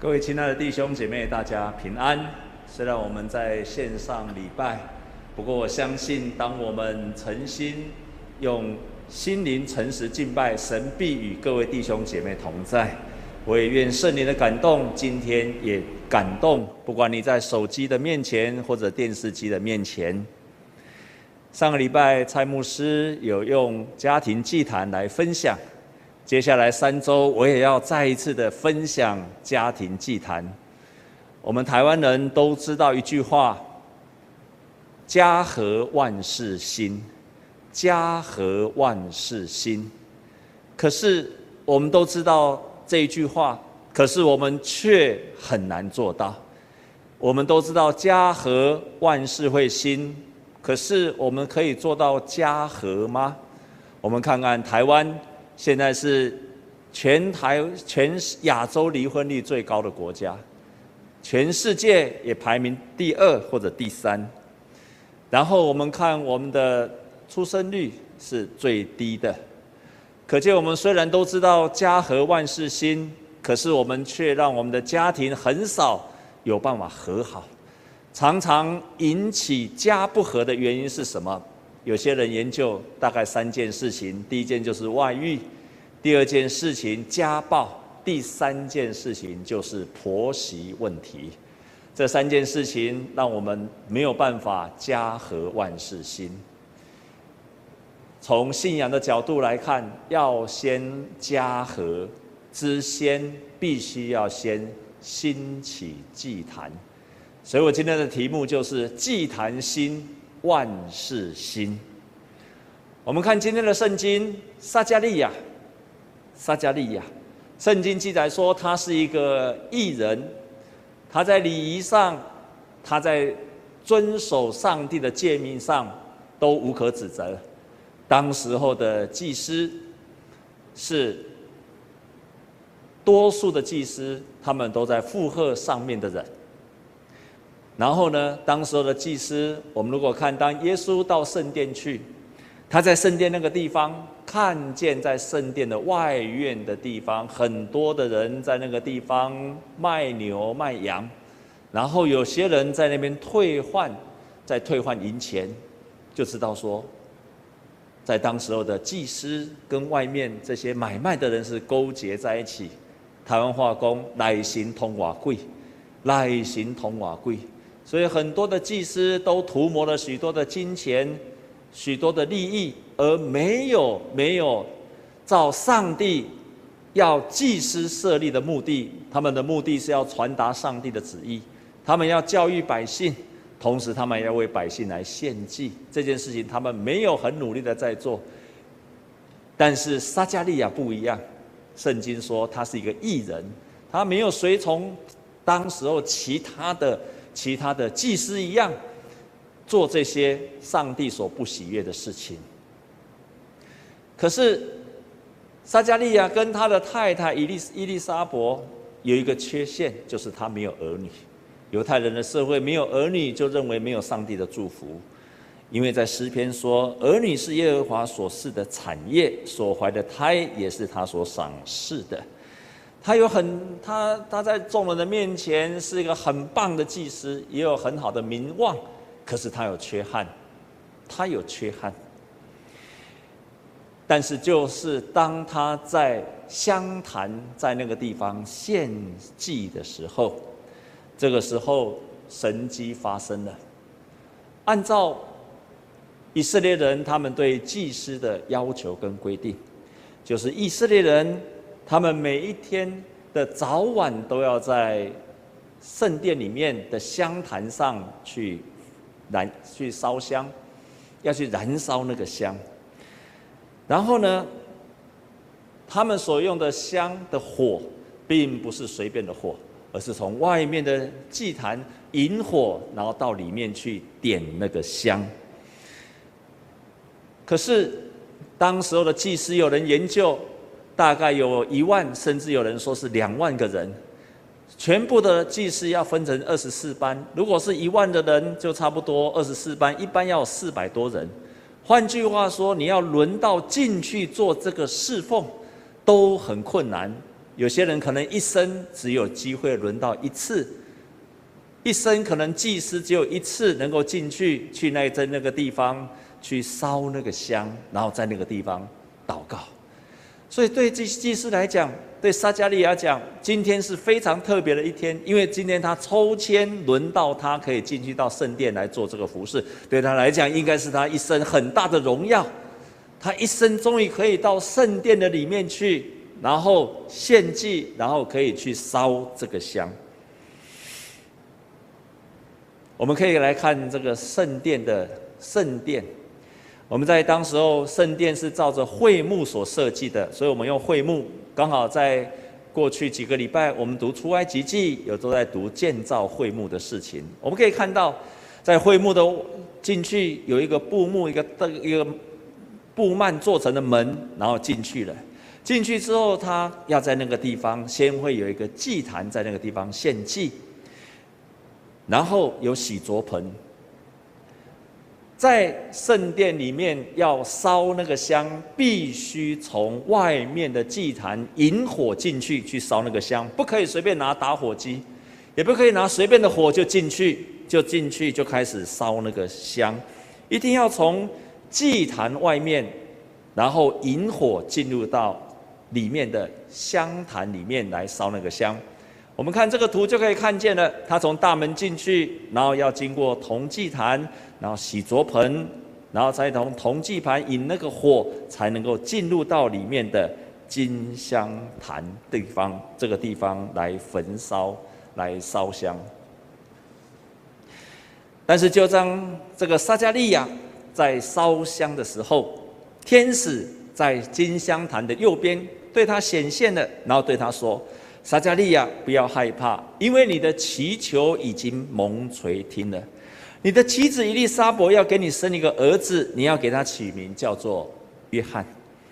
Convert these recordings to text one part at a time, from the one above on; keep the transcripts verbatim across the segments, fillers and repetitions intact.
各位亲爱的弟兄姐妹，大家平安。虽然我们在线上礼拜，不过我相信，当我们诚心用心灵诚实敬拜，神必与各位弟兄姐妹同在。我也愿圣灵的感动，今天也感动，不管你在手机的面前或者电视机的面前。上个礼拜蔡牧师有用家庭祭坛来分享，接下来三周我也要再一次的分享家庭祭坛。我们台湾人都知道一句话：家和万事兴，家和万事兴。可是我们都知道这一句话，可是我们却很难做到。我们都知道家和万事会兴，可是我们可以做到家和吗？我们看看台湾，现在是全台全亚洲离婚率最高的国家，全世界也排名第二或者第三。然后我们看我们的出生率是最低的，可见我们虽然都知道家和万事兴，可是我们却让我们的家庭很少有办法和好。常常引起家不和的原因是什么？有些人研究大概三件事情：第一件就是外遇，第二件事情家暴，第三件事情就是婆媳问题。这三件事情让我们没有办法家和万事兴。从信仰的角度来看，要先家和之先，必须要先兴起祭坛。所以我今天的题目就是祭坛兴，万事兴。我们看今天的圣经，撒迦利亚，撒迦利亚，圣经记载说他是一个义人，他在礼仪上，他在遵守上帝的诫命上都无可指责。当时候的祭司是多数的祭司，他们都在附和上面的人。然后呢，当时候的祭司，我们如果看当耶稣到圣殿去，他在圣殿那个地方看见，在圣殿的外院的地方，很多的人在那个地方卖牛卖羊，然后有些人在那边退换，在退换银钱，就知道说，在当时候的祭司跟外面这些买卖的人是勾结在一起。台湾话讲来行通瓦贵，来行通瓦贵。所以很多的祭司都图谋了许多的金钱、许多的利益，而没有没有照上帝要祭司设立的目的。他们的目的是要传达上帝的旨意，他们要教育百姓，同时他们要为百姓来献祭。这件事情他们没有很努力的在做。但是撒迦利亚不一样，圣经说他是一个义人，他没有随从当时候其他的其他的祭司一样做这些上帝所不喜悦的事情。可是撒迦利亚跟他的太太伊丽伊丽莎白有一个缺陷，就是他没有儿女。犹太人的社会没有儿女，就认为没有上帝的祝福，因为在诗篇说，儿女是耶和华所赐的产业，所怀的胎也是他所赏赐的。他有很他他在众人的面前是一个很棒的祭司，也有很好的名望，可是他有缺憾，他有缺憾。但是就是当他在香坛在那个地方献祭的时候，这个时候神迹发生了。按照以色列人他们对祭司的要求跟规定，就是以色列人他们每一天的早晚都要在圣殿里面的香坛上去燃去烧香，要去燃烧那个香。然后呢，他们所用的香的火并不是随便的火，而是从外面的祭坛引火，然后到里面去点那个香。可是当时候的祭司有人研究，大概有一万，甚至有人说是两万个人，全部的祭司要分成二十四班。如果是一万的人，就差不多二十四班，一班要有四百多人。换句话说，你要轮到进去做这个侍奉，都很困难， 有些人可能一生只有机会轮到一次，一生可能祭司只有一次能够进去，去那在那个地方去烧那个香，然后在那个地方祷告。所以对祭祭司来讲，对撒迦利亚讲，今天是非常特别的一天，因为今天他抽签轮到他可以进去到圣殿来做这个服事，对他来讲应该是他一生很大的荣耀。他一生终于可以到圣殿的里面去，然后献祭，然后可以去烧这个香。我们可以来看这个圣殿的圣殿。我们在当时候圣殿是照着会幕所设计的，所以我们用会幕。刚好在过去几个礼拜，我们读出埃及记，有都在读建造会幕的事情。我们可以看到，在会幕的进去有一个布幕，一个一个布幔做成的门，然后进去了。进去之后，他要在那个地方先会有一个祭坛，在那个地方献祭，然后有洗濯盆。在圣殿里面要烧那个香，必须从外面的祭坛引火进去去烧那个香，不可以随便拿打火机，也不可以拿随便的火就进去，就进去就开始烧那个香，一定要从祭坛外面，然后引火进入到里面的香坛里面来烧那个香。我们看这个图就可以看见了，他从大门进去，然后要经过铜祭坛，然后洗濯盆，然后再从铜祭盘引那个火，才能够进入到里面的金香坛地方，这个地方来焚烧，来烧香。但是就当这个撒迦利亚在烧香的时候，天使在金香坛的右边对他显现了，然后对他说：撒迦利亚，不要害怕，因为你的祈求已经蒙垂听了。你的妻子以利沙伯要给你生一个儿子，你要给他起名叫做约翰。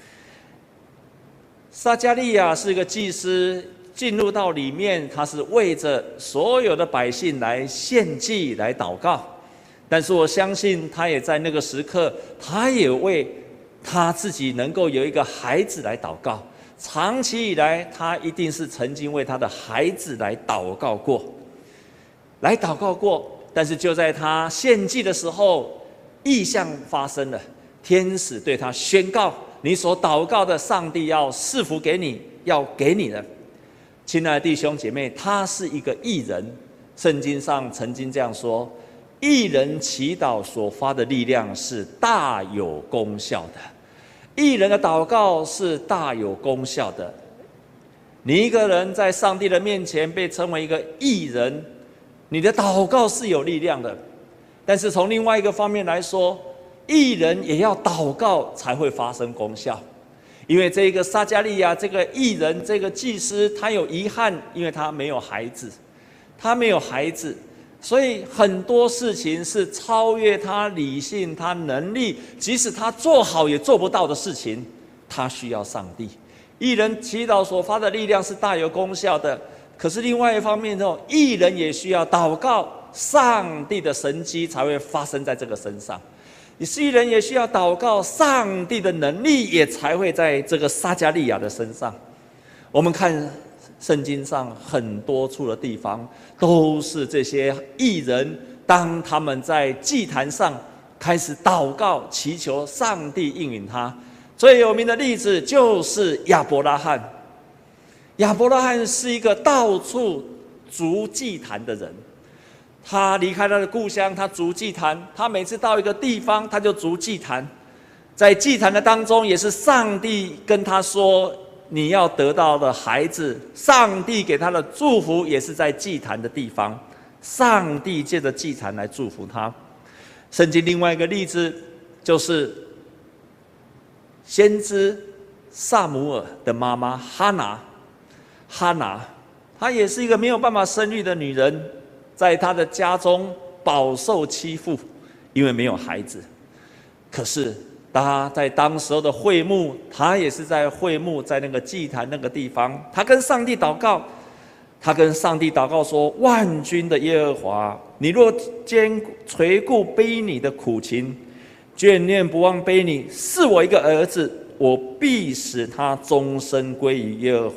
撒迦利亚是一个祭司，进入到里面，他是为着所有的百姓来献祭、来祷告。但是我相信，他也在那个时刻，他也为他自己能够有一个孩子来祷告。长期以来，他一定是曾经为他的孩子来祷告过，来祷告过。但是就在他献祭的时候，异象发生了，天使对他宣告：你所祷告的，上帝要赐福给你，要给你的。亲爱的弟兄姐妹，他是一个义人。圣经上曾经这样说：义人祈祷所发的力量是大有功效的。义人的祷告是大有功效的。你一个人在上帝的面前被称为一个义人，你的祷告是有力量的。但是从另外一个方面来说，义人也要祷告才会发生功效。因为这个撒迦利亚这个义人，这个祭司，他有遗憾，因为他没有孩子，他没有孩子。所以很多事情是超越他理性、他能力，即使他做好也做不到的事情，他需要上帝。义人祈祷所发的力量是大有功效的，可是另外一方面呢，义人也需要祷告，上帝的神迹才会发生在这个身上。义人也需要祷告，上帝的能力也才会在这个撒迦利亚的身上。我们看圣经上很多处的地方，都是这些义人，当他们在祭坛上开始祷告祈求上帝应允他。最有名的例子就是亚伯拉罕。亚伯拉罕是一个到处筑祭坛的人，他离开他的故乡，他筑祭坛，他每次到一个地方他就筑祭坛。在祭坛的当中，也是上帝跟他说你要得到的孩子，上帝给他的祝福也是在祭坛的地方，上帝借着祭坛来祝福他。圣经另外一个例子就是先知撒母耳的妈妈哈拿，哈拿她也是一个没有办法生育的女人，在她的家中饱受欺负，因为没有孩子。可是他在当时候的会幕，他也是在会幕，在那个祭坛那个地方，他跟上帝祷告，他跟上帝祷告说：万军的耶和华，你若兼垂顾卑你的苦情，眷念不忘卑你，赐我一个儿子，我必使他终身归于耶和华，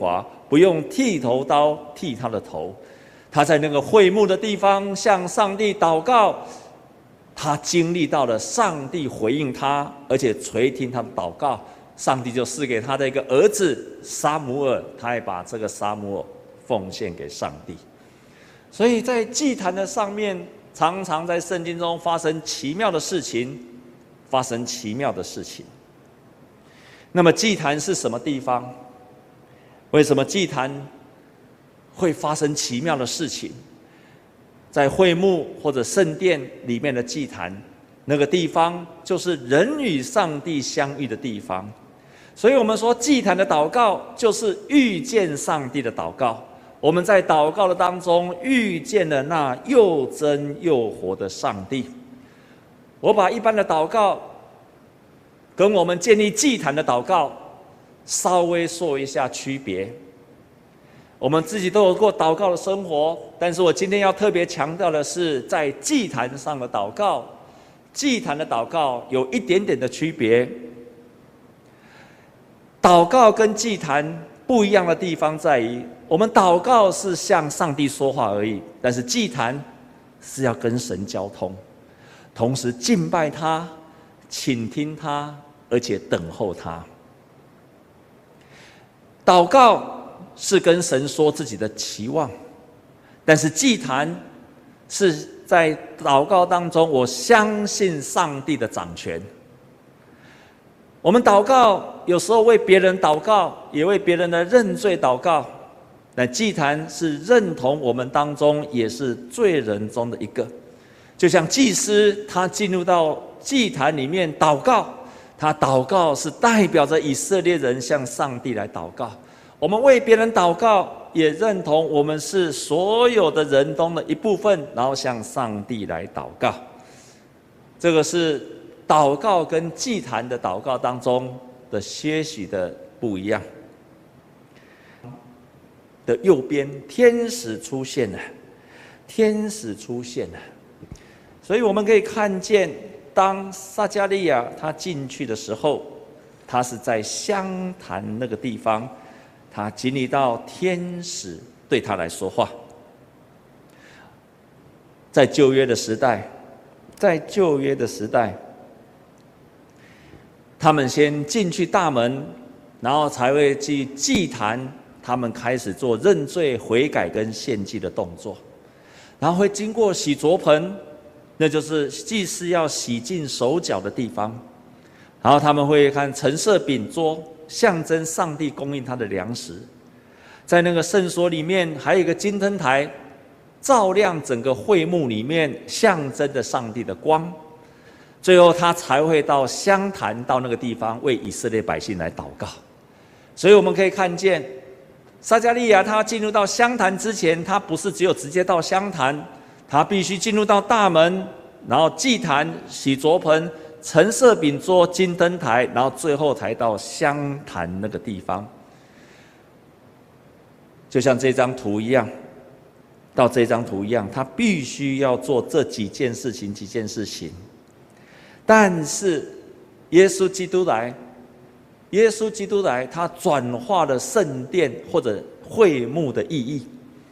不用剃头刀剃他的头。他在那个会幕的地方向上帝祷告，他经历到了上帝回应他，而且垂听他的祷告。上帝就赐给他的一个儿子撒母耳，他也把这个撒母耳奉献给上帝。所以在祭坛的上面，常常在圣经中发生奇妙的事情，发生奇妙的事情。那么祭坛是什么地方？为什么祭坛会发生奇妙的事情？在会幕或者圣殿里面的祭坛，那个地方就是人与上帝相遇的地方。所以我们说祭坛的祷告就是遇见上帝的祷告。我们在祷告的当中遇见了那又真又活的上帝。我把一般的祷告跟我们建立祭坛的祷告稍微说一下区别。我们自己都有过祷告的生活，但是我今天要特别强调的是，在祭坛上的祷告，祭坛的祷告有一点点的区别。祷告跟祭坛不一样的地方在于，我们祷告是向上帝说话而已，但是祭坛是要跟神交通，同时敬拜他，倾听他，而且等候他。祷告是跟神说自己的期望，但是祭坛是在祷告当中，我相信上帝的掌权。我们祷告有时候为别人祷告，也为别人的认罪祷告，但祭坛是认同我们当中也是罪人中的一个。就像祭司他进入到祭坛里面祷告，他祷告是代表着以色列人向上帝来祷告。我们为别人祷告，也认同我们是所有的人中的一部分，然后向上帝来祷告。这个是祷告跟祭坛的祷告当中的些许的不一样。的右边，天使出现了，天使出现了。所以我们可以看见，当撒迦利亚他进去的时候，他是在香坛那个地方，他经历到天使对他来说话。在旧约的时代，在旧约的时代，他们先进去大门，然后才会去祭坛，他们开始做认罪、悔改跟献祭的动作，然后会经过洗濯盆，那就是祭司要洗净手脚的地方，然后他们会看陈设饼桌，象征上帝供应他的粮食。在那个圣所里面还有一个金灯台，照亮整个会幕里面，象征着上帝的光。最后他才会到香坛，到那个地方为以色列百姓来祷告。所以我们可以看见，撒迦利亚他进入到香坛之前，他不是只有直接到香坛，他必须进入到大门，然后祭坛、洗濯盆、陈设饼桌、金灯台，然后最后才到香坛那个地方。就像这张图一样，到这张图一样，他必须要做这几件事情，几件事情。但是耶稣基督来，耶稣基督来，他转化了圣殿或者会幕的意义。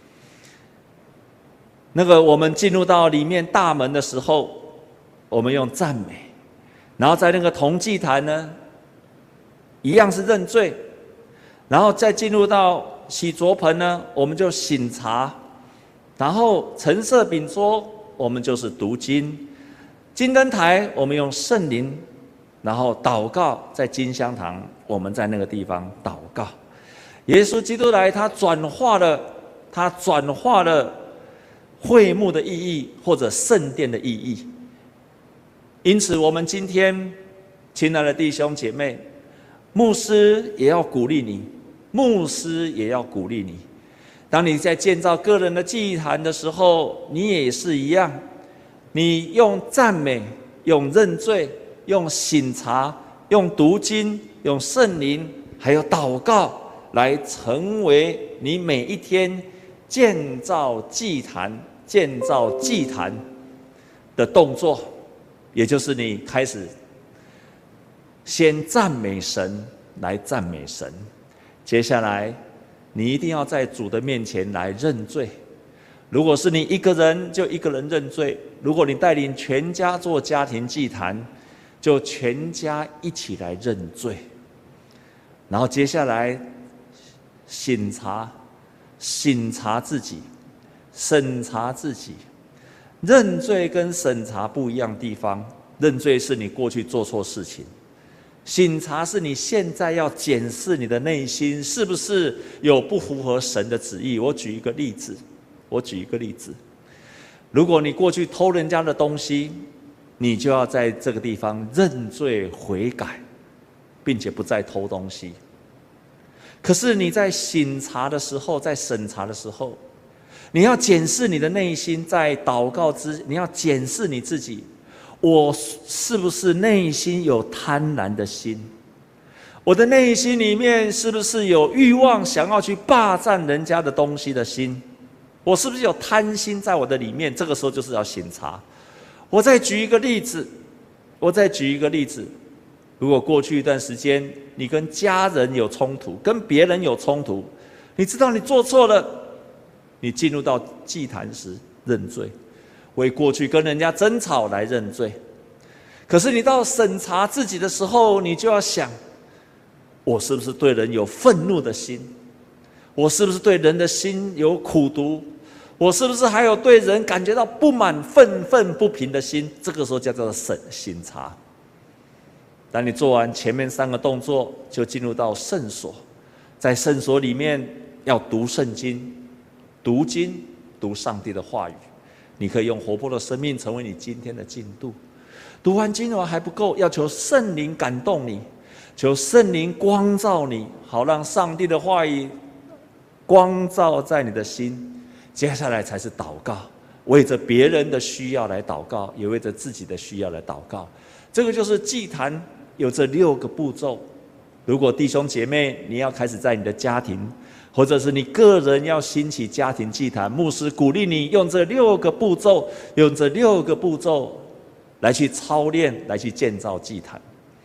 那个我们进入到里面大门的时候，我们用赞美，然后在那个铜祭坛呢，一样是认罪，然后再进入到洗濯盆呢，我们就省察，然后陈设饼桌，我们就是读经。金灯台，我们用圣灵，然后祷告，在金香堂，我们在那个地方祷告。耶稣基督来，他转化了，他转化了会幕的意义，或者圣殿的意义。因此，我们今天，亲爱的弟兄姐妹，牧师也要鼓励你，牧师也要鼓励你。当你在建造个人的祭坛的时候，你也是一样。你用赞美、用认罪、用省察、用读经、用圣灵，还有祷告，来成为你每一天建造祭坛、建造祭坛的动作，也就是你开始先赞美神，来赞美神，接下来你一定要在主的面前来认罪。如果是你一个人，就一个人认罪；如果你带领全家做家庭祭坛，就全家一起来认罪。然后接下来省察、省察自己、审查自己。认罪跟审查不一样的地方，认罪是你过去做错事情，省察是你现在要检视你的内心是不是有不符合神的旨意。我举一个例子，我举一个例子，如果你过去偷人家的东西，你就要在这个地方认罪悔改，并且不再偷东西。可是你在省察的时候，在审查的时候，你要检视你的内心，在祷告之，你要检视你自己，我是不是内心有贪婪的心？我的内心里面是不是有欲望想要去霸占人家的东西的心？我是不是有贪心在我的里面？这个时候就是要省察。我再举一个例子，我再举一个例子。如果过去一段时间你跟家人有冲突，跟别人有冲突，你知道你做错了，你进入到祭坛时认罪，为过去跟人家争吵来认罪。可是你到审查自己的时候，你就要想，我是不是对人有愤怒的心？我是不是对人的心有苦毒？我是不是还有对人感觉到不满、愤愤不平的心？这个时候叫做审省察。当你做完前面三个动作，就进入到圣所。在圣所里面要读圣经，读经，读上帝的话语。你可以用活泼的生命成为你今天的进度。读完经文还不够，要求圣灵感动你，求圣灵光照你，好让上帝的话语光照在你的心。接下来才是祷告，为着别人的需要来祷告，也为着自己的需要来祷告。这个就是祭坛有这六个步骤。如果弟兄姐妹你要开始在你的家庭，或者是你个人要兴起家庭祭坛，牧师鼓励你用这六个步骤，用这六个步骤来去操练，来去建造祭坛。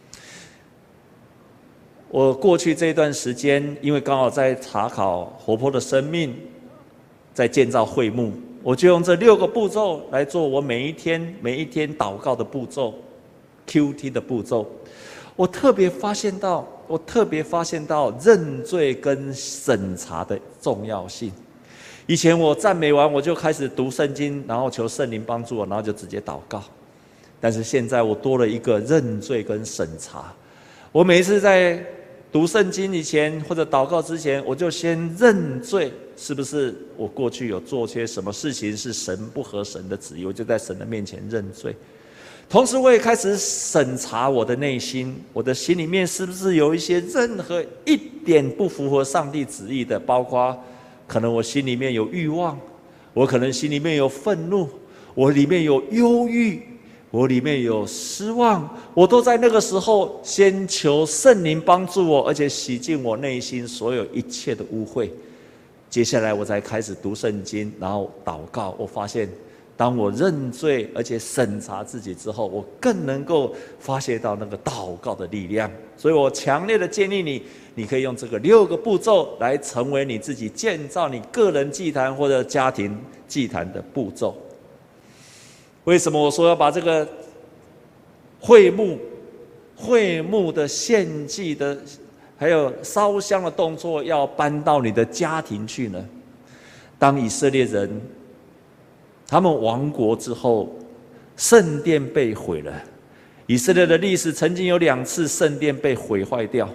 我过去这段时间，因为刚好在查考活泼的生命，在建造会幕，我就用这六个步骤来做我每一天每一天祷告的步骤 ，Q T 的步骤。我特别发现到，我特别发现到认罪跟审查的重要性。以前我赞美完，我就开始读圣经，然后求圣灵帮助我，然后就直接祷告。但是现在我多了一个认罪跟审查。我每一次在读圣经以前或者祷告之前，我就先认罪，是不是我过去有做些什么事情是神不合神的旨意，我就在神的面前认罪。同时我也开始审查我的内心，我的心里面是不是有一些任何一点不符合上帝旨意的，包括可能我心里面有欲望，我可能心里面有愤怒，我里面有忧郁，我里面有失望，我都在那个时候先求圣灵帮助我，而且洗净我内心所有一切的污秽。接下来我才开始读圣经，然后祷告。我发现当我认罪而且审查自己之后，我更能够发现到那个祷告的力量。所以我强烈的建议你，你可以用这个六个步骤来成为你自己建造你个人祭坛或者家庭祭坛的步骤。为什么我说要把这个会幕、会幕的献祭的，还有烧香的动作，要搬到你的家庭去呢？当以色列人他们亡国之后，圣殿被毁了。以色列的历史曾经有两次圣殿被毁坏掉。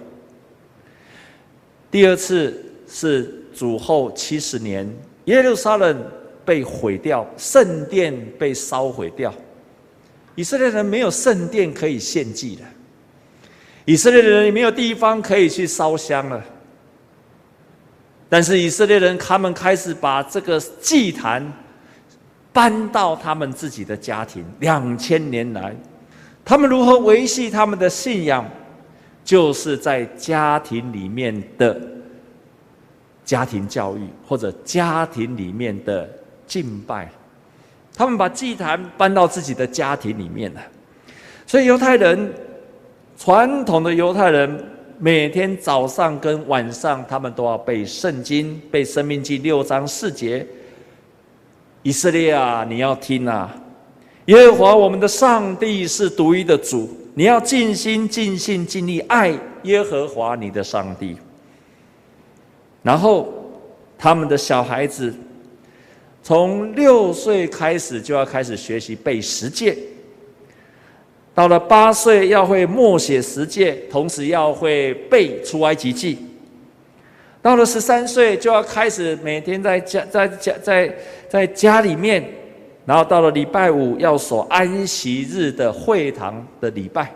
第二次是主后七十年，耶路撒冷被毁掉，圣殿被烧毁掉。以色列人没有圣殿可以献祭了，以色列人也没有地方可以去烧香了。但是以色列人他们开始把这个祭坛搬到他们自己的家庭。两千年来，他们如何维系他们的信仰，就是在家庭里面的家庭教育，或者家庭里面的敬拜。他们把祭坛搬到自己的家庭里面了。所以犹太人，传统的犹太人每天早上跟晚上，他们都要背圣经，背申命记六章四节。以色列啊，你要听啊！耶和华我们的上帝是独一的主，你要尽心、尽性、尽力爱耶和华你的上帝。然后，他们的小孩子从六岁开始就要开始学习背十诫，到了八岁要会默写十诫，同时要会背出埃及记。到了十三岁就要开始每天在家在家在在家里面，然后到了礼拜五要守安息日的会堂的礼拜。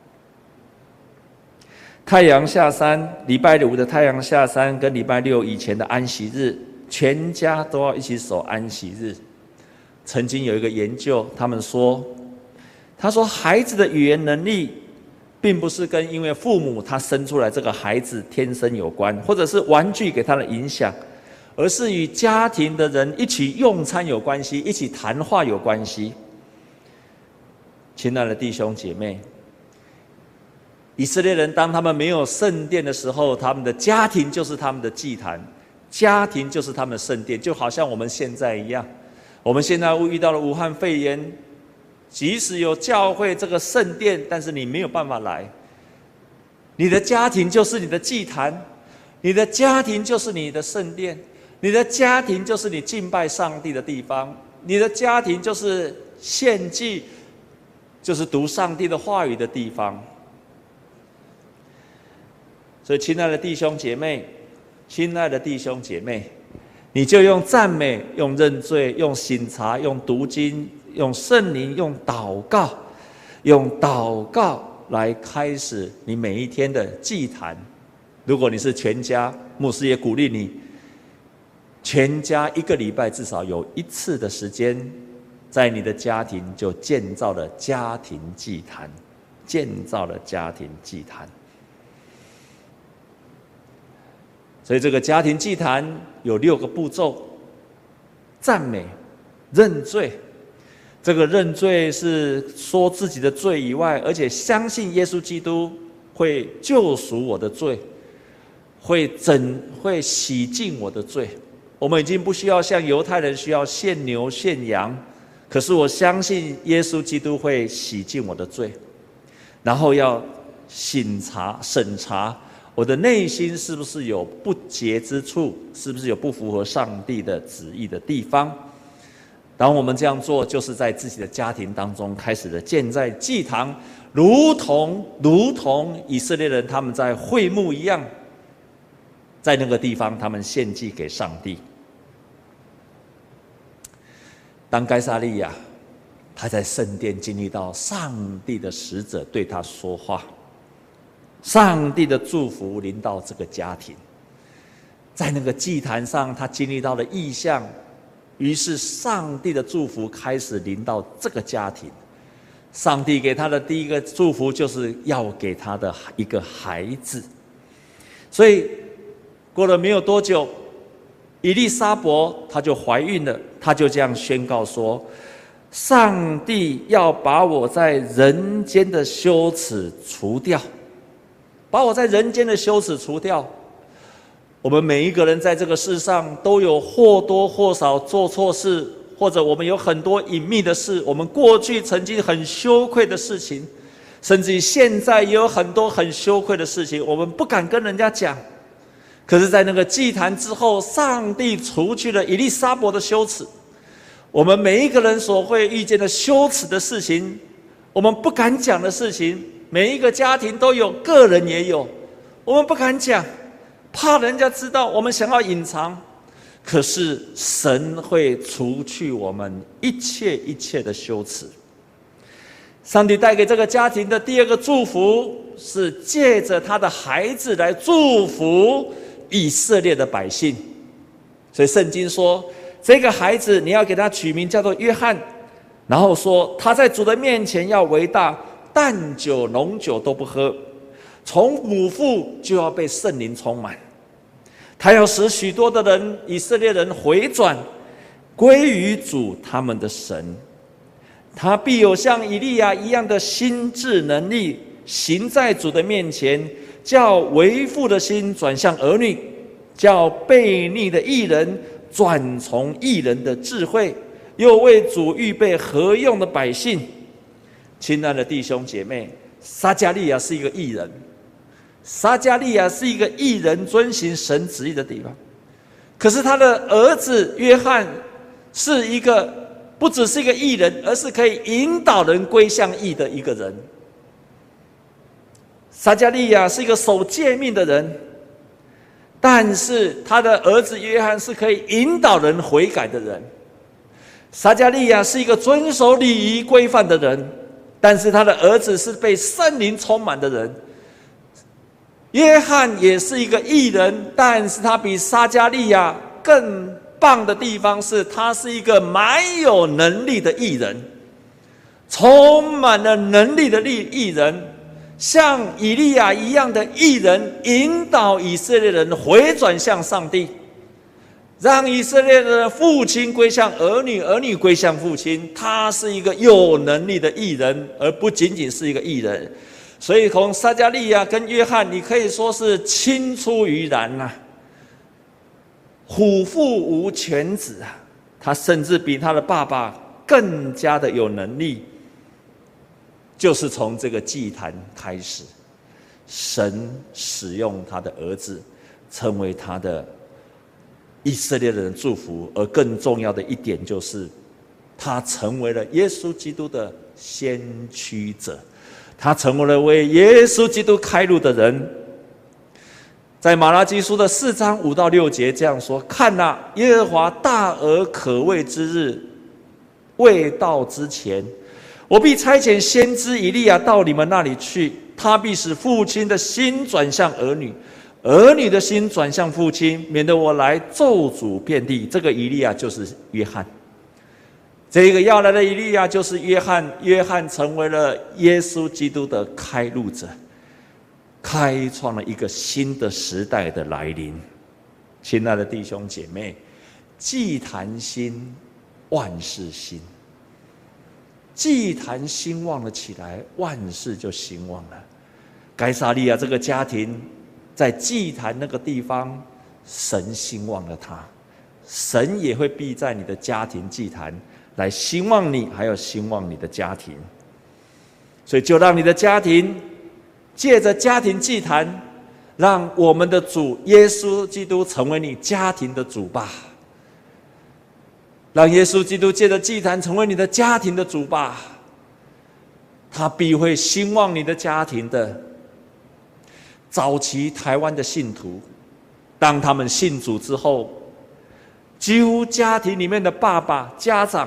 太阳下山，礼拜五的太阳下山跟礼拜六以前的安息日，全家都要一起守安息日。曾经有一个研究，他们说，他说孩子的语言能力，并不是跟因为父母他生出来这个孩子天生有关，或者是玩具给他的影响，而是与家庭的人一起用餐有关系，一起谈话有关系。亲爱的弟兄姐妹，以色列人当他们没有圣殿的时候，他们的家庭就是他们的祭坛，家庭就是他们的圣殿，就好像我们现在一样。我们现在遇到了武汉肺炎，即使有教会这个圣殿，但是你没有办法来。你的家庭就是你的祭坛，你的家庭就是你的圣殿，你的家庭就是你敬拜上帝的地方，你的家庭就是献祭，就是读上帝的话语的地方。所以，亲爱的弟兄姐妹，亲爱的弟兄姐妹，你就用赞美、用认罪、用省察、用读经、用圣灵、用祷告、用祷告来开始你每一天的祭坛。如果你是全家，牧师也鼓励你，全家一个礼拜至少有一次的时间，在你的家庭就建造了家庭祭坛，建造了家庭祭坛。所以这个家庭祭坛有六个步骤：赞美、认罪。这个认罪是说自己的罪以外，而且相信耶稣基督会救赎我的罪，会整会洗净我的罪。我们已经不需要像犹太人需要献牛献羊，可是我相信耶稣基督会洗净我的罪。然后要省察审查我的内心是不是有不洁之处，是不是有不符合上帝的旨意的地方。当我们这样做，就是在自己的家庭当中开始的建在祭坛，如同如同以色列人他们在会幕一样，在那个地方他们献祭给上帝。当该撒利亚他在圣殿经历到上帝的使者对他说话，上帝的祝福临到这个家庭，在那个祭坛上他经历到了异象，于是上帝的祝福开始临到这个家庭。上帝给他的第一个祝福就是要给他的一个孩子。所以过了没有多久，以利沙伯她就怀孕了，她就这样宣告说，上帝要把我在人间的羞耻除掉，把我在人间的羞耻除掉。我们每一个人在这个世上都有或多或少做错事，或者我们有很多隐秘的事，我们过去曾经很羞愧的事情，甚至于现在也有很多很羞愧的事情，我们不敢跟人家讲。可是在那个祭坛之后，上帝除去了以利沙伯的羞耻。我们每一个人所会遇见的羞耻的事情，我们不敢讲的事情，每一个家庭都有，个人也有，我们不敢讲，怕人家知道，我们想要隐藏。可是神会除去我们一切一切的羞耻。上帝带给这个家庭的第二个祝福，是借着他的孩子来祝福以色列的百姓。所以圣经说，这个孩子你要给他取名叫做约翰，然后说他在主的面前要为大，淡酒浓酒都不喝，从母腹就要被圣灵充满。他要使许多的人，以色列人回转归于主他们的神。他必有像以利亚一样的心智能力，行在主的面前， 叫为父的心转向儿女，叫悖逆的义人转从义人的智慧，又为主预备合用的百姓。亲爱的弟兄姐妹，撒迦利亚是一个义人，撒迦利亚是一个义人，遵行神旨意的地方。可是他的儿子约翰是一个不只是一个义人，而是可以引导人归向义的一个人。撒迦利亚是一个守诫命的人，但是他的儿子约翰是可以引导人悔改的人。撒迦利亚是一个遵守礼仪规范的人，但是他的儿子是被圣灵充满的人。约翰也是一个义人，但是他比撒迦利亚更棒的地方是，他是一个蛮有能力的义人，充满了能力的义人，像以利亚一样的义人，引导以色列人回转向上帝，让以色列的父亲归向儿女，儿女归向父亲。他是一个有能力的义人，而不仅仅是一个义人。所以从撒迦利亚跟约翰，你可以说是青出于蓝啊，虎父无犬子啊。他甚至比他的爸爸更加的有能力。就是从这个祭坛开始，神使用他的儿子，成为他的以色列人的祝福。而更重要的一点就是，他成为了耶稣基督的先驱者。他成为了为耶稣基督开路的人。在马拉基书的四章五到六节这样说：看哪，耶和华大而可畏之日未到之前，我必差遣先知以利亚到你们那里去，他必使父亲的心转向儿女，儿女的心转向父亲，免得我来咒诅遍地。这个以利亚就是约翰。这个要来的以利亚就是约翰，约翰成为了耶稣基督的开路者，开创了一个新的时代的来临。亲爱的弟兄姐妹，祭坛兴，万事兴。祭坛兴旺了起来，万事就兴旺了。该撒利亚这个家庭，在祭坛那个地方，神兴旺了他，神也会必在你的家庭祭坛来兴旺你，还有兴旺你的家庭。所以就让你的家庭借着家庭祭坛，让我们的主耶稣基督成为你家庭的主吧。让耶稣基督借着祭坛成为你的家庭的主吧，他必会兴旺你的家庭的。早期台湾的信徒，当他们信主之后，几乎家庭里面的爸爸、家长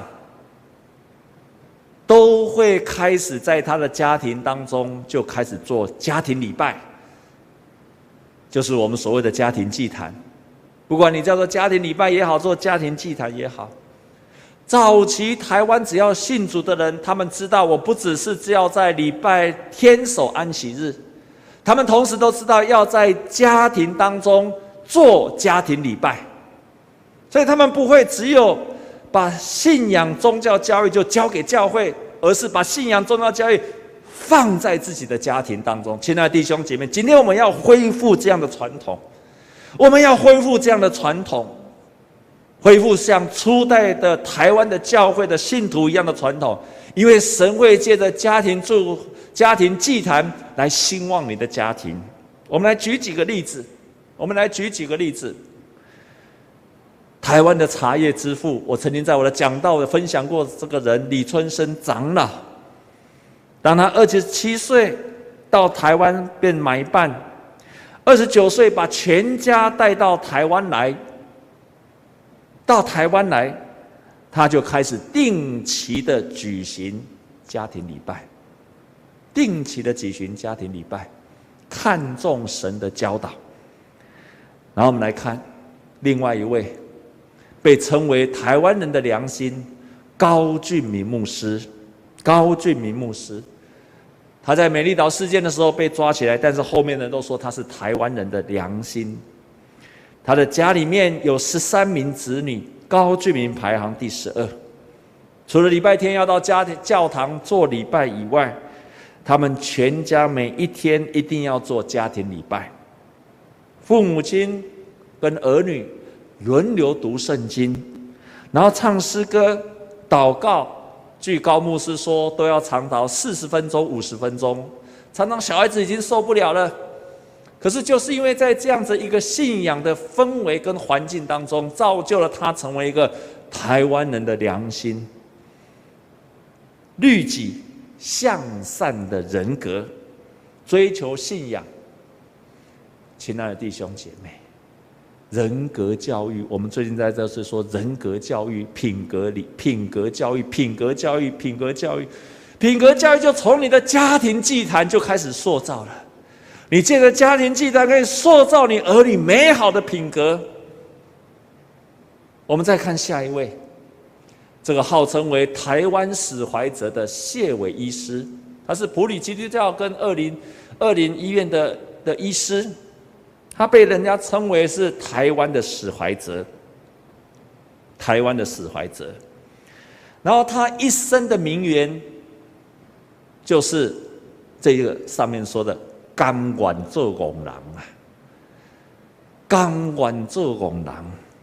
都会开始在他的家庭当中就开始做家庭礼拜，就是我们所谓的家庭祭坛。不管你叫做家庭礼拜也好，做家庭祭坛也好，早期台湾只要信主的人，他们知道我不只是只要在礼拜天守安息日，他们同时都知道要在家庭当中做家庭礼拜。所以他们不会只有把信仰宗教教育就交给教会，而是把信仰宗教教育放在自己的家庭当中。亲爱的弟兄姐妹，今天我们要恢复这样的传统，我们要恢复这样的传统，恢复像初代的台湾的教会的信徒一样的传统，因为神会借着家庭祝家庭祭坛来兴旺你的家庭。我们来举几个例子，我们来举几个例子。台湾的茶叶之父，我曾经在我的讲道有分享过这个人李春生长老。当他二十七岁到台湾变买办，二十九岁把全家带到台湾来。到台湾来，他就开始定期的举行家庭礼拜，定期的举行家庭礼拜，看重神的教导。然后我们来看另外一位被称为台湾人的良心高俊明牧师。高俊明牧师，他在美丽岛事件的时候被抓起来，但是后面人都说他是台湾人的良心。他的家里面有十三名子女，高俊明排行第十二。除了礼拜天要到家教堂做礼拜以外， 他们全家每一天一定要做家庭礼拜，父母亲跟儿女轮流读圣经，然后唱诗歌、祷告。据高牧师说，都要长达四十分钟、五十分钟，常常小孩子已经受不了了。可是就是因为在这样子一个信仰的氛围跟环境当中，造就了他成为一个台湾人的良心、律己向善的人格，追求信仰。亲爱的弟兄姐妹，人格教育，我们最近在这是说人格教育、品格里、品格教育、品格教育、品格教育、品格教育，就从你的家庭祭坛就开始塑造了。你借着家庭祭坛可以塑造你儿女美好的品格。我们再看下一位，这个号称为台湾史怀哲的谢伟医师，他是埔里基督教跟二林二林医院的的医师，他被人家称为是台湾的史怀哲，台湾的史怀哲。然后他一生的名言就是这个上面说的“甘愿做憨人啊，甘愿做憨人”。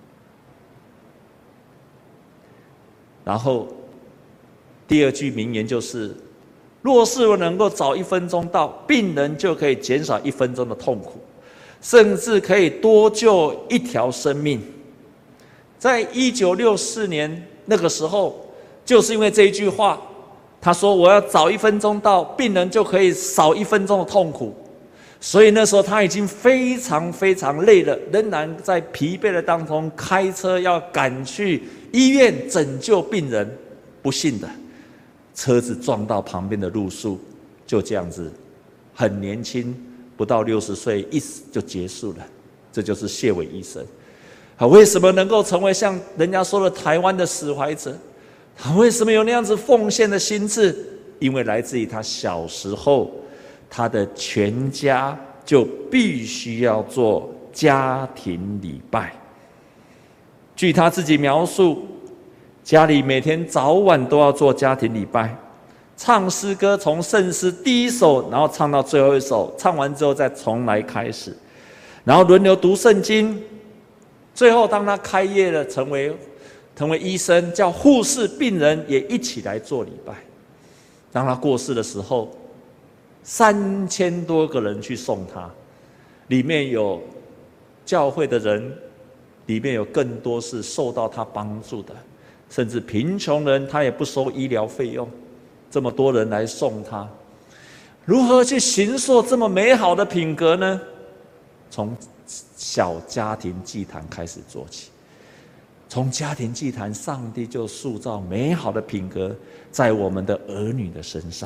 然后第二句名言就是：“若是我能够早一分钟到，病人就可以减少一分钟的痛苦，甚至可以多救一条生命。”在一九六四年那个时候，就是因为这一句话，他说：“我要早一分钟到，病人就可以少一分钟的痛苦。”所以那时候他已经非常非常累了，仍然在疲惫的当中开车要赶去医院拯救病人。不幸的，车子撞到旁边的路树，就这样子，很年轻，不到六十岁，一死就结束了。这就是谢伟医生。他为什么能够成为像人家说的台湾的史怀哲？他为什么有那样子奉献的心智？因为来自于他小时候，他的全家就必须要做家庭礼拜。据他自己描述，家里每天早晚都要做家庭礼拜，唱诗歌，从圣诗第一首，然后唱到最后一首，唱完之后再重来开始，然后轮流读圣经。最后，当他开业了，成为成为医生，叫护士、病人也一起来做礼拜。当他过世的时候，三千多个人去送他，里面有教会的人，里面有更多是受到他帮助的，甚至贫穷人他也不收医疗费用。这么多人来送他，如何去形塑这么美好的品格呢？从小家庭祭坛开始做起，从家庭祭坛，上帝就塑造美好的品格在我们的儿女的身上。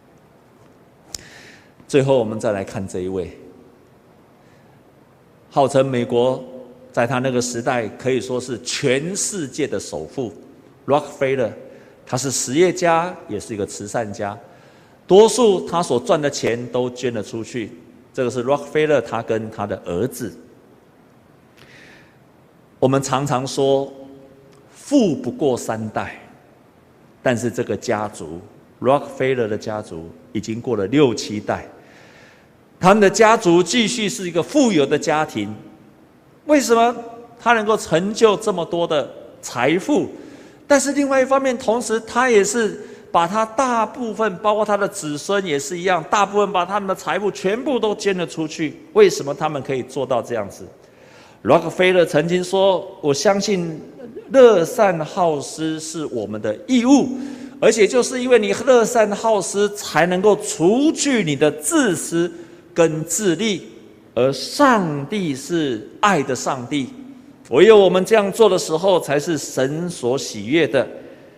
最后，我们再来看这一位，号称美国在他那个时代可以说是全世界的首富 Rockefeller， 他是实业家，也是一个慈善家，多数他所赚的钱都捐了出去。这个是 Rockefeller， 他跟他的儿子。我们常常说富不过三代，但是这个家族 Rockefeller 的家族已经过了六七代，他们的家族继续是一个富有的家庭。为什么他能够成就这么多的财富？但是另外一方面，同时他也是把他大部分，包括他的子孙也是一样，大部分把他们的财富全部都捐了出去。为什么他们可以做到这样子？Rockefeller 曾经说：“我相信乐善好施是我们的义务，而且就是因为你乐善好施，才能够除去你的自私跟自利。而上帝是爱的上帝，唯有我们这样做的时候，才是神所喜悦的。”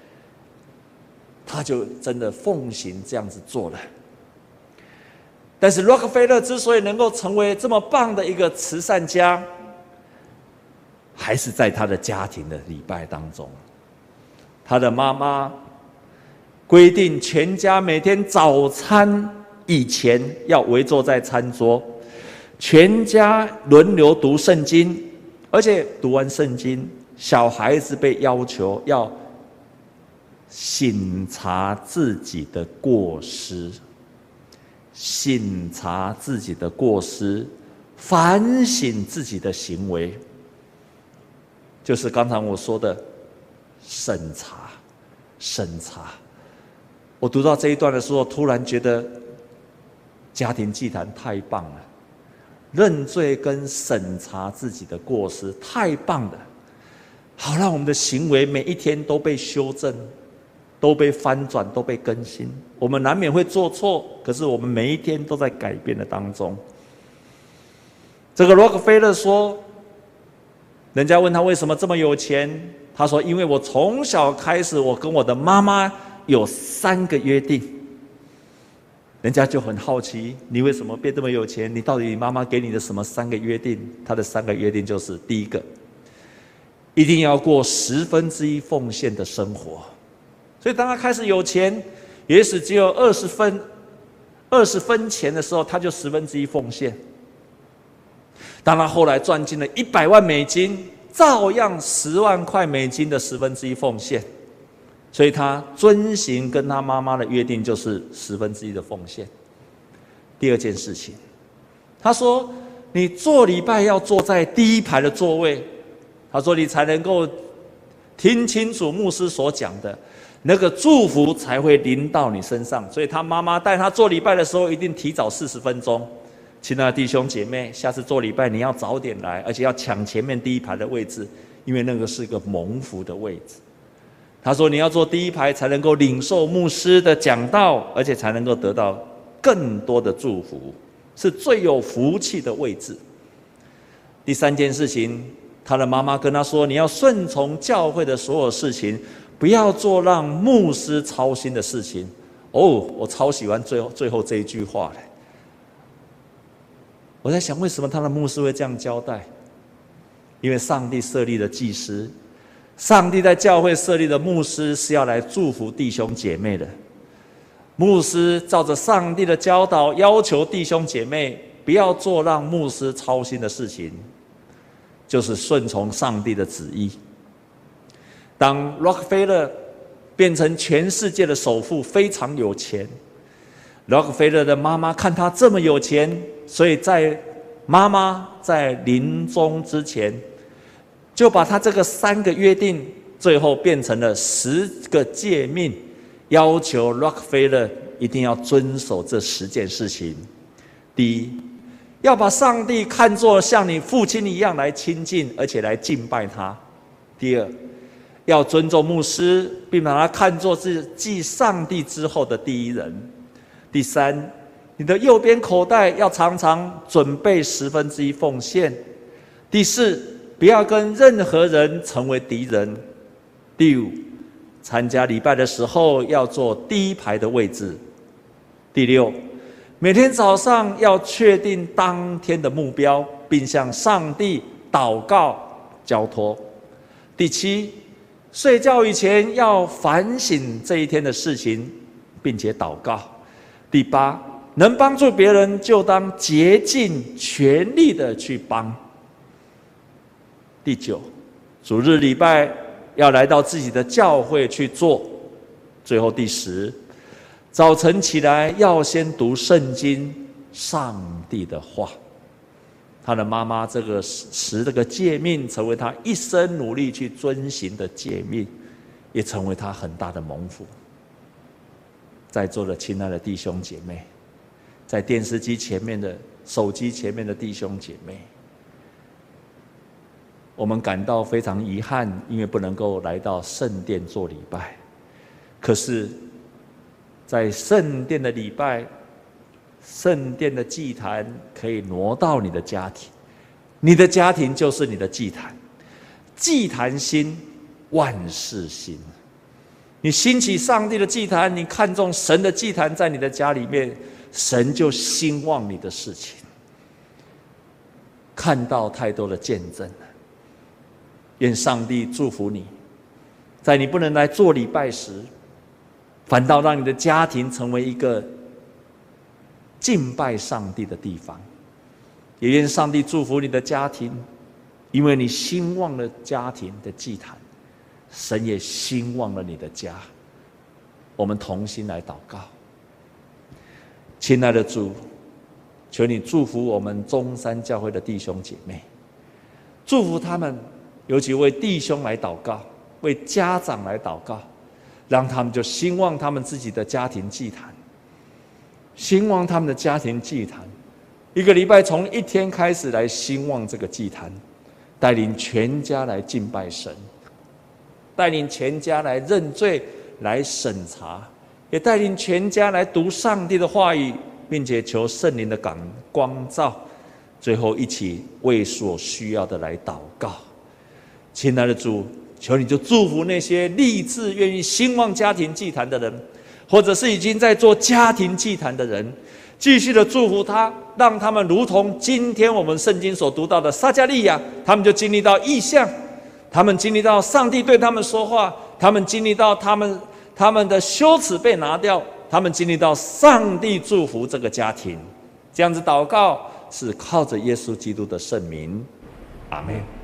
他就真的奉行这样子做了。但是 Rockefeller 之所以能够成为这么棒的一个慈善家，还是在他的家庭的礼拜当中。他的妈妈规定全家每天早餐以前要围坐在餐桌，全家轮流读圣经，而且读完圣经，小孩子被要求要省察自己的过失。 省察自己的过失，反省自己的行为，就是刚才我说的审查。审查。我读到这一段的时候，突然觉得家庭祭坛太棒了，认罪跟审查自己的过失太棒了，好让我们的行为每一天都被修正，都被翻转，都被更新。我们难免会做错，可是我们每一天都在改变的当中。这个洛克菲勒说，人家问他为什么这么有钱，他说因为我从小开始，我跟我的妈妈有三个约定。人家就很好奇，你为什么变这么有钱？你到底妈妈给你的什么三个约定？他的三个约定就是：第一个，一定要过十分之一奉献的生活。所以当他开始有钱，也许只有二十分、二十分钱的时候，他就十分之一奉献。当他后来赚进了一百万美金，照样十万块美金的十分之一奉献。所以他遵行跟他妈妈的约定，就是十分之一的奉献。第二件事情，他说：“你做礼拜要坐在第一排的座位。”他说：“你才能够听清楚牧师所讲的，那个祝福才会临到你身上。”所以他妈妈带他做礼拜的时候，一定提早四十分钟。亲爱的弟兄姐妹，下次做礼拜你要早点来，而且要抢前面第一排的位置，因为那个是一个蒙福的位置。他说：“你要坐第一排，才能够领受牧师的讲道，而且才能够得到更多的祝福，是最有福气的位置。”第三件事情，他的妈妈跟他说：“你要顺从教会的所有事情，不要做让牧师操心的事情。”哦，我超喜欢最后最后这一句话了。我在想，为什么他的牧师会这样交代？因为上帝设立了祭司。上帝在教会设立的牧师是要来祝福弟兄姐妹的。牧师照着上帝的教导，要求弟兄姐妹不要做让牧师操心的事情，就是顺从上帝的旨意。当洛克菲勒变成全世界的首富，非常有钱，洛克菲勒的妈妈看他这么有钱，所以在妈妈在临终之前，就把他这个三个约定，最后变成了十个诫命，要求 Rockefeller 一定要遵守这十件事情。第一，要把上帝看作像你父亲一样来亲近，而且来敬拜他。第二，要尊重牧师，并把他看作是继上帝之后的第一人。第三，你的右边口袋要常常准备十分之一奉献。第四，不要跟任何人成为敌人。第五，参加礼拜的时候要坐第一排的位置。第六，每天早上要确定当天的目标，并向上帝祷告交托。第七，睡觉以前要反省这一天的事情，并且祷告。第八，能帮助别人就当竭尽全力的去帮。第九，主日礼拜要来到自己的教会去做。最后第十，早晨起来要先读圣经，上帝的话。他的妈妈这个十这个诫命，成为他一生努力去遵行的诫命，也成为他很大的蒙福。在座的亲爱的弟兄姐妹，在电视机前面的、手机前面的弟兄姐妹，我们感到非常遗憾，因为不能够来到圣殿做礼拜。可是，在圣殿的礼拜、圣殿的祭坛可以挪到你的家庭，你的家庭就是你的祭坛。祭坛兴，万事兴。你兴起上帝的祭坛，你看重神的祭坛在你的家里面，神就兴旺你的事情。看到太多的见证了。愿上帝祝福你，在你不能来做礼拜时，反倒让你的家庭成为一个敬拜上帝的地方。也愿上帝祝福你的家庭，因为你兴旺了家庭的祭坛，神也兴旺了你的家。我们同心来祷告。 亲爱的主，求你祝福我们中山教会的弟兄姐妹，祝福他们，尤其为弟兄来祷告，为家长来祷告，让他们就兴旺他们自己的家庭祭坛，兴旺他们的家庭祭坛。一个礼拜从一天开始来兴旺这个祭坛，带领全家来敬拜神，带领全家来认罪、来审查，也带领全家来读上帝的话语，并且求圣灵的感光照，最后一起为所需要的来祷告。亲爱的主，求你就祝福那些立志愿意兴旺家庭祭坛的人，或者是已经在做家庭祭坛的人，继续的祝福他，让他们如同今天我们圣经所读到的撒迦利亚，他们就经历到异象，他们经历到上帝对他们说话，他们经历到他们他们的羞耻被拿掉，他们经历到上帝祝福这个家庭。这样子祷告是靠着耶稣基督的圣名，阿们。